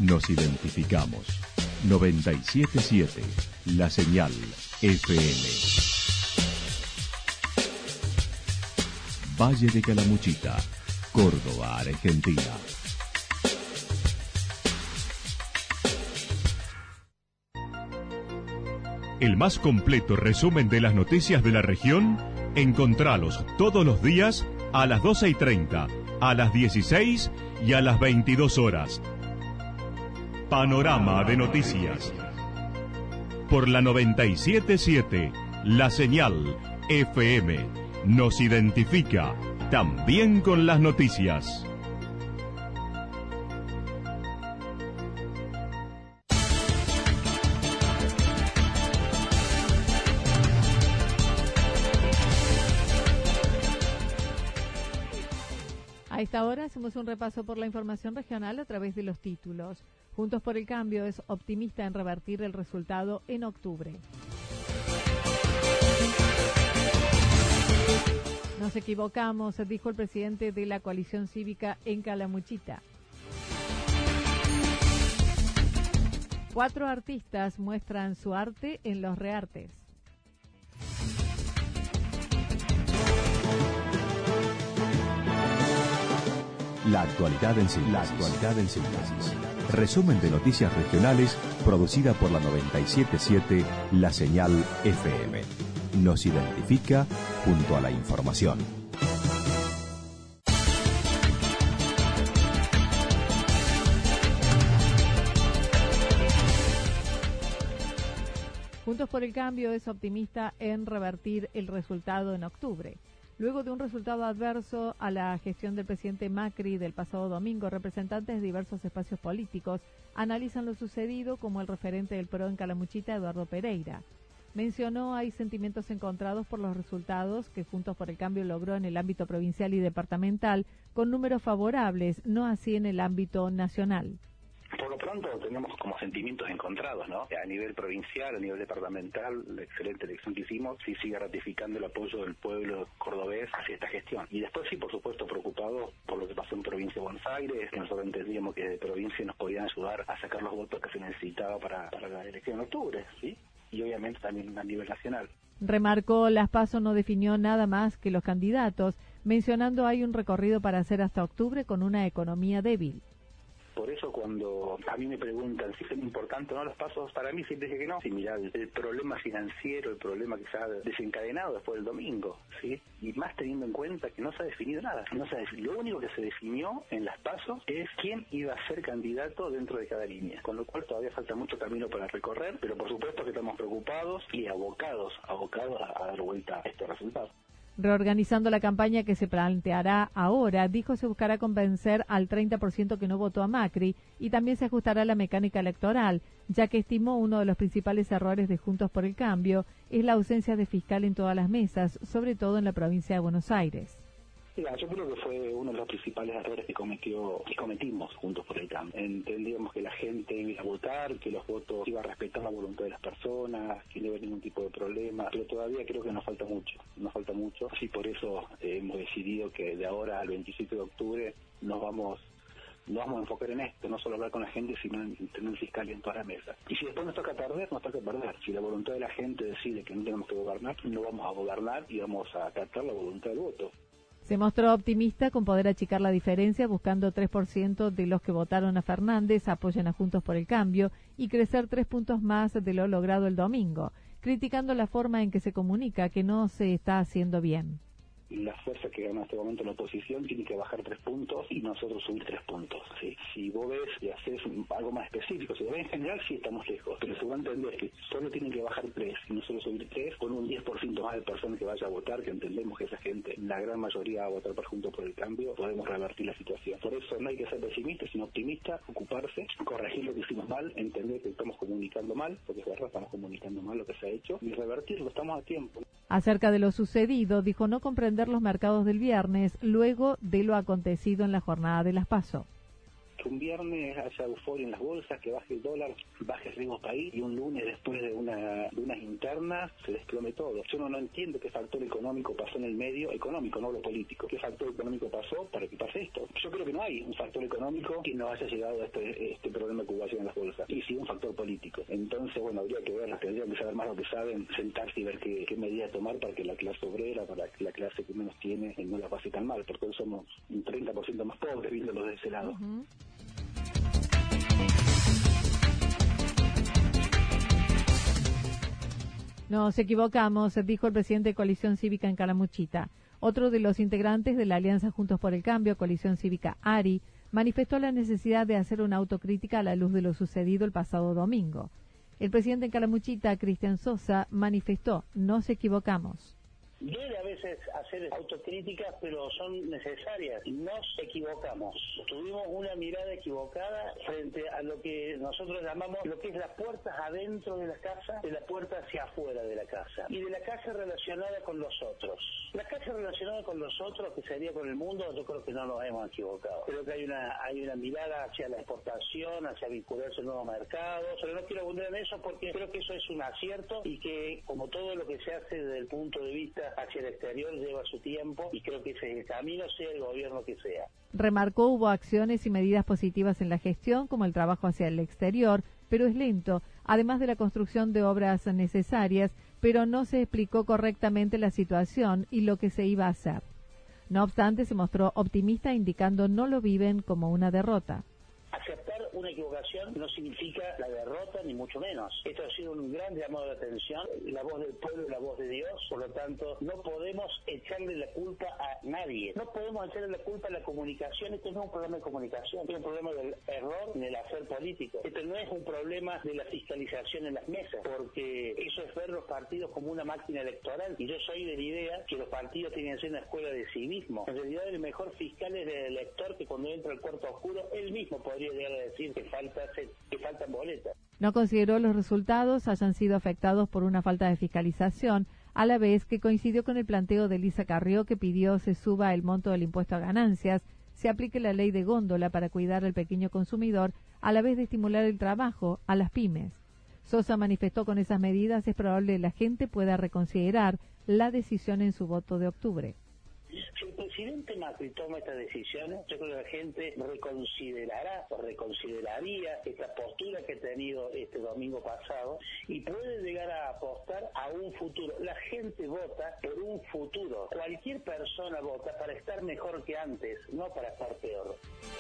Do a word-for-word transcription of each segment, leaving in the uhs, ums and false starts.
Nos identificamos. noventa y siete punto siete, La Señal F M. Valle de Calamuchita, Córdoba, Argentina. El más completo resumen de las noticias de la región, encontralos todos los días a las doce y treinta, a las dieciséis y a las veintidós horas. Panorama de Noticias. Por la noventa y siete punto siete, La Señal F M nos identifica también con las noticias. A esta hora hacemos un repaso por la información regional a través de los títulos. Juntos por el Cambio es optimista en revertir el resultado en octubre. Nos equivocamos, dijo el presidente de la coalición cívica en Calamuchita. Cuatro artistas muestran su arte en los Reartes. La actualidad en síntesis. La actualidad en síntesis. Resumen de noticias regionales producida por la noventa y siete punto siete La Señal F M. Nos identifica junto a la información. Juntos por el Cambio es optimista en revertir el resultado en octubre. Luego de un resultado adverso a la gestión del presidente Macri del pasado domingo, representantes de diversos espacios políticos analizan lo sucedido, como el referente del P R O en Calamuchita, Eduardo Pereira. Mencionó hay sentimientos encontrados por los resultados que Juntos por el Cambio logró en el ámbito provincial y departamental, con números favorables, no así en el ámbito nacional. Por lo pronto tenemos como sentimientos encontrados, ¿no? A nivel provincial, a nivel departamental, la excelente elección que hicimos sí sigue ratificando el apoyo del pueblo cordobés hacia esta gestión. Y después sí, por supuesto, preocupados por lo que pasó en provincia de Buenos Aires, que nosotros entendíamos que de provincia nos podían ayudar a sacar los votos que se necesitaba para, para la elección en octubre, ¿sí? Y obviamente también a nivel nacional. Remarcó, Las PASO no definió nada más que los candidatos, mencionando hay un recorrido para hacer hasta octubre con una economía débil. Por eso cuando a mí me preguntan si son importantes o no los pasos, para mí siempre dije que no. Sí, mirá, el, el problema financiero, el problema que se ha desencadenado después del domingo, ¿sí? Y más teniendo en cuenta que no se ha definido nada. No se ha definido. Lo único que se definió en las pasos es quién iba a ser candidato dentro de cada línea. Con lo cual todavía falta mucho camino para recorrer, pero por supuesto que estamos preocupados y abocados, abocados a, a dar vuelta a estos resultados. Reorganizando la campaña que se planteará ahora, dijo se buscará convencer al treinta por ciento que no votó a Macri y también se ajustará la mecánica electoral, ya que estimó uno de los principales errores de Juntos por el Cambio es la ausencia de fiscal en todas las mesas, sobre todo en la provincia de Buenos Aires. Mira, yo creo que fue uno de los principales errores que cometió que cometimos Juntos por el Cambio. Entendíamos que la gente iba a votar, que los votos iba a respetar la voluntad de las personas, que no iba a haber ningún tipo de problema, pero todavía creo que nos falta mucho, nos falta mucho. Y por eso eh, hemos decidido que de ahora al veintisiete de octubre nos vamos nos vamos a enfocar en esto, no solo hablar con la gente, sino en tener un fiscal en toda la mesa. Y si después nos toca perder, nos toca perder. Si la voluntad de la gente decide que no tenemos que gobernar, no vamos a gobernar y vamos a acatar la voluntad del voto. Se mostró optimista con poder achicar la diferencia, buscando tres por ciento de los que votaron a Fernández apoyen a Juntos por el Cambio y crecer tres puntos más de lo logrado el domingo, criticando la forma en que se comunica, que no se está haciendo bien. La fuerza que gana en este momento la oposición tiene que bajar tres puntos y nosotros subir tres puntos. ¿Sí? Si vos ves y haces algo más específico, si vos ves en general sí estamos lejos, pero se va a entender que solo tienen que bajar tres y nosotros subir tres, con un diez por ciento más de personas que vaya a votar, que entendemos que esa gente, la gran mayoría va a votar por Juntos por el Cambio, podemos revertir la situación. Por eso no hay que ser pesimistas, sino optimistas, ocuparse, corregir lo que hicimos mal, entender que estamos comunicando mal, porque es verdad, estamos comunicando mal lo que se ha hecho, y revertirlo, estamos a tiempo. Acerca de lo sucedido, dijo no comprender los mercados del viernes luego de lo acontecido en la jornada de las PASO. Que un viernes haya euforia en las bolsas, que baje el dólar, baje el riesgo país, y un lunes después de, una, de unas internas se desplome todo. Yo no, no entiendo qué factor económico pasó en el medio, económico, no lo político. ¿Qué factor económico pasó para que pase esto? yo creo que no hay un factor económico que nos haya llegado a este, este problema de ocupación en las bolsas, y sí un factor político. Entonces, bueno, habría que ver, tendrían que saber más lo que saben, sentarse y ver qué, qué medidas tomar para que la clase obrera, para que la clase que menos tiene, no la pase tan mal, porque hoy somos un treinta por ciento más pobres, viéndolo de ese lado. Uh-huh. Nos equivocamos, dijo el presidente de Coalición Cívica en Calamuchita. Otro de los integrantes de la Alianza Juntos por el Cambio, Coalición Cívica ARI, manifestó la necesidad de hacer una autocrítica a la luz de lo sucedido el pasado domingo. El presidente en Calamuchita, Cristian Sosa, manifestó: nos equivocamos. Duele a veces hacer autocríticas, pero son necesarias. Nos equivocamos. Tuvimos una mirada equivocada frente a lo que nosotros llamamos lo que es las puertas adentro de la casa, de la puerta hacia afuera de la casa, y de la casa relacionada con los otros. La casa relacionada con los otros, que sería con el mundo, yo creo que no nos hemos equivocado. Creo que hay una hay una mirada hacia la exportación, hacia vincularse a nuevos mercados, pero no quiero abundar en eso porque creo que eso es un acierto y que, como todo lo que se hace desde el punto de vista hacia el exterior, lleva su tiempo, y creo que ese es el camino, sea el gobierno que sea. Remarcó hubo acciones y medidas positivas en la gestión, como el trabajo hacia el exterior, pero es lento, además de la construcción de obras necesarias, pero no se explicó correctamente la situación y lo que se iba a hacer. No obstante, se mostró optimista, indicando no lo viven como una derrota. Aceptar una equivocación no significa la derrota, ni mucho menos. Esto ha sido un gran llamado de atención, la voz del pueblo y la voz de Dios, por lo tanto, no podemos echarle la culpa a nadie. No podemos echarle la culpa a la comunicación. Esto no es un problema de comunicación, es un problema del error en el hacer político. Esto no es un problema de la fiscalización en las mesas, porque eso es ver los partidos como una máquina electoral, y yo soy de la idea que los partidos tienen que ser una escuela de civismo. En realidad, el mejor fiscal es el elector, que cuando entra al cuarto oscuro, él mismo podría llegar a decir que falta que faltan boletas. No consideró los resultados hayan sido afectados por una falta de fiscalización, a la vez que coincidió con el planteo de Elisa Carrió, que pidió se suba el monto del impuesto a ganancias, se aplique la ley de góndola para cuidar al pequeño consumidor, a la vez de estimular el trabajo a las pymes. Sosa manifestó: con esas medidas es probable que la gente pueda reconsiderar la decisión en su voto de octubre. Si el presidente Macri toma estas decisiones, yo creo que la gente reconsiderará o reconsideraría esta postura que ha tenido este domingo pasado y puede llegar a apostar a un futuro. La gente vota por un futuro. Cualquier persona vota para estar mejor que antes, no para estar peor.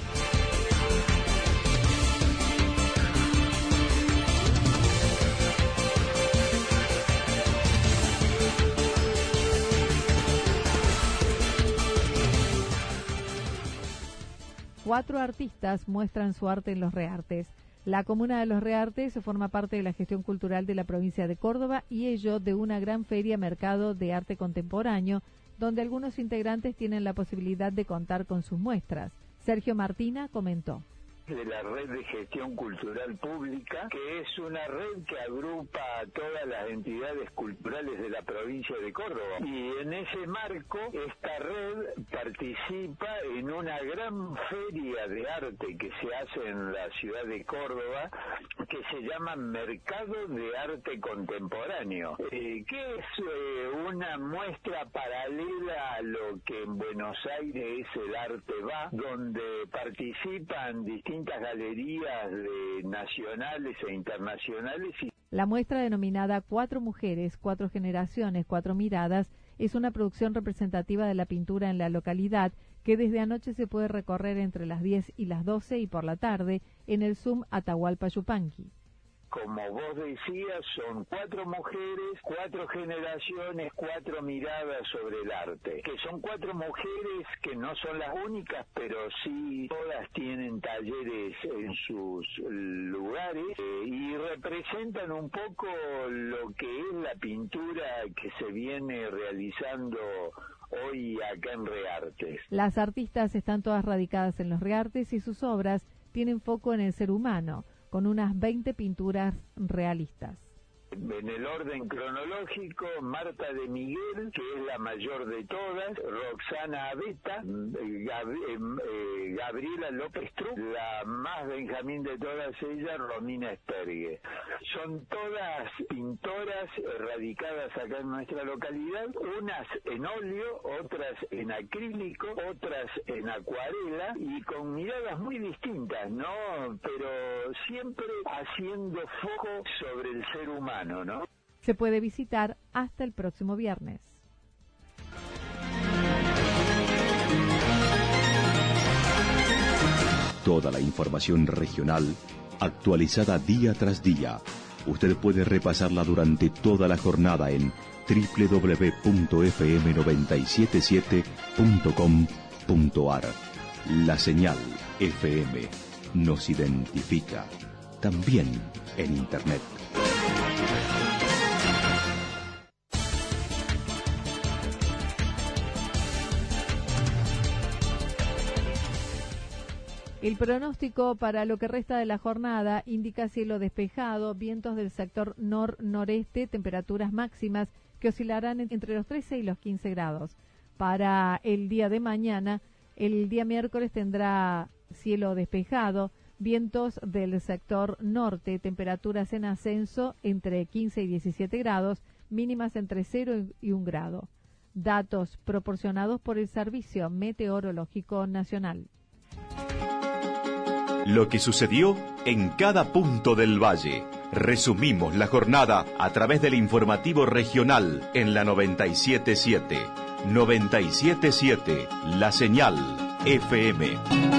Cuatro artistas muestran su arte en Los Reartes. La comuna de Los Reartes forma parte de la gestión cultural de la provincia de Córdoba, y ello de una gran feria mercado de arte contemporáneo, donde algunos integrantes tienen la posibilidad de contar con sus muestras. Sergio Martina comentó: de la Red de Gestión Cultural Pública, que es una red que agrupa a todas las entidades culturales de la provincia de Córdoba. Y en ese marco, esta red participa en una gran feria de arte que se hace en la ciudad de Córdoba, que se llama Mercado de Arte Contemporáneo, eh, que es eh, una muestra paralela a lo que en Buenos Aires es el Arte Va, donde participan distintas galerías de nacionales e internacionales. Y la muestra, denominada Cuatro Mujeres, Cuatro Generaciones, Cuatro Miradas, es una producción representativa de la pintura en la localidad, que desde anoche se puede recorrer entre las diez y las doce y por la tarde en el Zoom Atahualpa Yupanqui. Como vos decías, son cuatro mujeres, cuatro generaciones, cuatro miradas sobre el arte. Que son cuatro mujeres que no son las únicas, pero sí todas tienen talleres en sus lugares eh, y representan un poco lo que es la pintura que se viene realizando hoy acá en Reartes. Las artistas están todas radicadas en Los Reartes y sus obras tienen foco en el ser humano, con unas veinte pinturas realistas. En el orden cronológico, Marta de Miguel, que es la mayor de todas, Roxana Abeta, Gab eh, Gabriela López Truc, la más Benjamín de todas ellas, Romina Espergue. Son todas pintoras radicadas acá en nuestra localidad, unas en óleo, otras en acrílico, otras en acuarela y con miradas muy distintas, ¿no? Pero siempre haciendo foco sobre el ser humano, ¿no? Se puede visitar hasta el próximo viernes. Toda la información regional actualizada día tras día. Usted puede repasarla durante toda la jornada en doble u doble u doble u punto efe eme noventa y siete siete punto com punto ar. La señal F M nos identifica también en Internet. El pronóstico para lo que resta de la jornada indica cielo despejado, vientos del sector nor-noreste, temperaturas máximas que oscilarán entre los trece y los quince grados. Para el día de mañana, el día miércoles tendrá cielo despejado, vientos del sector norte, temperaturas en ascenso entre quince y diecisiete grados, mínimas entre cero y un grado. Datos proporcionados por el Servicio Meteorológico Nacional. Lo que sucedió en cada punto del valle. Resumimos la jornada a través del informativo regional en la noventa y siete punto siete. noventa y siete punto siete, La Señal F M.